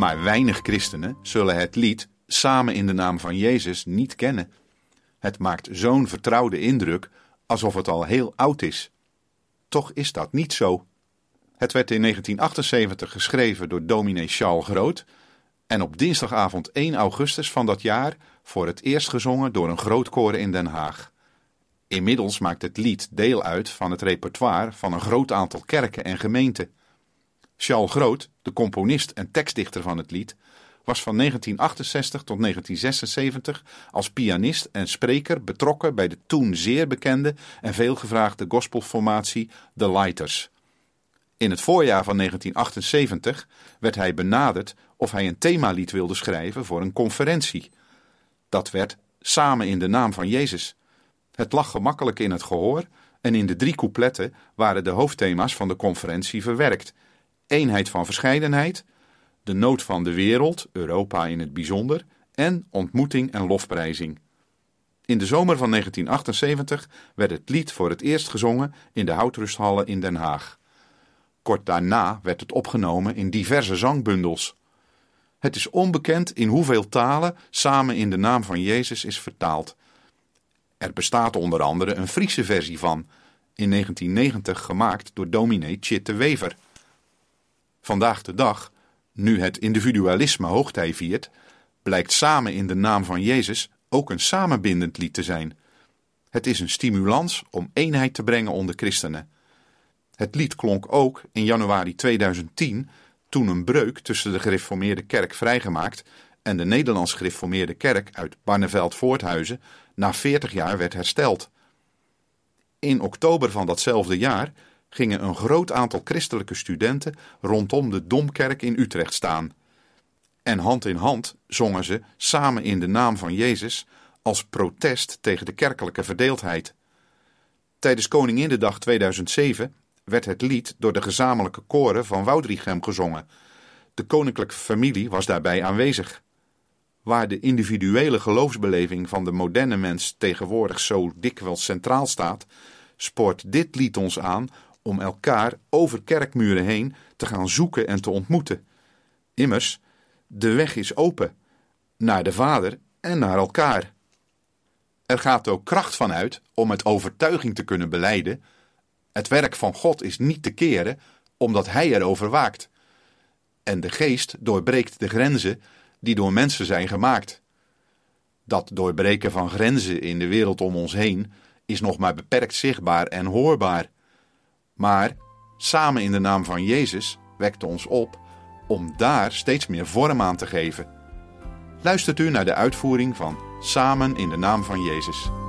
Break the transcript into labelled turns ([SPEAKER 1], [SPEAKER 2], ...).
[SPEAKER 1] Maar weinig christenen zullen het lied Samen in de naam van Jezus niet kennen. Het maakt zo'n vertrouwde indruk alsof het al heel oud is. Toch is dat niet zo. Het werd in 1978 geschreven door dominee Charles Groot en op dinsdagavond 1 augustus van dat jaar voor het eerst gezongen door een groot koor in Den Haag. Inmiddels maakt het lied deel uit van het repertoire van een groot aantal kerken en gemeenten. Charles Groot, de componist en tekstdichter van het lied, was van 1968 tot 1976 als pianist en spreker betrokken bij de toen zeer bekende en veelgevraagde gospelformatie The Lighters. In het voorjaar van 1978 werd hij benaderd of hij een themalied wilde schrijven voor een conferentie. Dat werd Samen in de naam van Jezus. Het lag gemakkelijk in het gehoor en in de 3 coupletten waren de hoofdthema's van de conferentie verwerkt. Eenheid van verscheidenheid, de nood van de wereld, Europa in het bijzonder, en ontmoeting en lofprijzing. In de zomer van 1978 werd het lied voor het eerst gezongen in de Houtrusthallen in Den Haag. Kort daarna werd het opgenomen in diverse zangbundels. Het is onbekend in hoeveel talen Samen in de naam van Jezus is vertaald. Er bestaat onder andere een Friese versie van, in 1990 gemaakt door dominee Tjit de Wever. Vandaag de dag, nu het individualisme hoogtij viert, blijkt Samen in de naam van Jezus ook een samenbindend lied te zijn. Het is een stimulans om eenheid te brengen onder christenen. Het lied klonk ook in januari 2010, toen een breuk tussen de gereformeerde kerk vrijgemaakt en de Nederlands gereformeerde kerk uit Barneveld-Voorthuizen na 40 jaar werd hersteld. In oktober van datzelfde jaar gingen een groot aantal christelijke studenten rondom de Domkerk in Utrecht staan. En hand in hand zongen ze Samen in de naam van Jezus als protest tegen de kerkelijke verdeeldheid. Tijdens Koninginnedag 2007 werd het lied door de gezamenlijke koren van Woudrichem gezongen. De koninklijke familie was daarbij aanwezig. Waar de individuele geloofsbeleving van de moderne mens tegenwoordig zo dikwijls centraal staat, spoort dit lied ons aan om elkaar over kerkmuren heen te gaan zoeken en te ontmoeten. Immers, de weg is open, naar de Vader en naar elkaar. Er gaat ook kracht van uit om met overtuiging te kunnen belijden: het werk van God is niet te keren, omdat Hij erover waakt. En de geest doorbreekt de grenzen die door mensen zijn gemaakt. Dat doorbreken van grenzen in de wereld om ons heen is nog maar beperkt zichtbaar en hoorbaar. Maar Samen in de naam van Jezus wekt ons op om daar steeds meer vorm aan te geven. Luistert u naar de uitvoering van Samen in de naam van Jezus.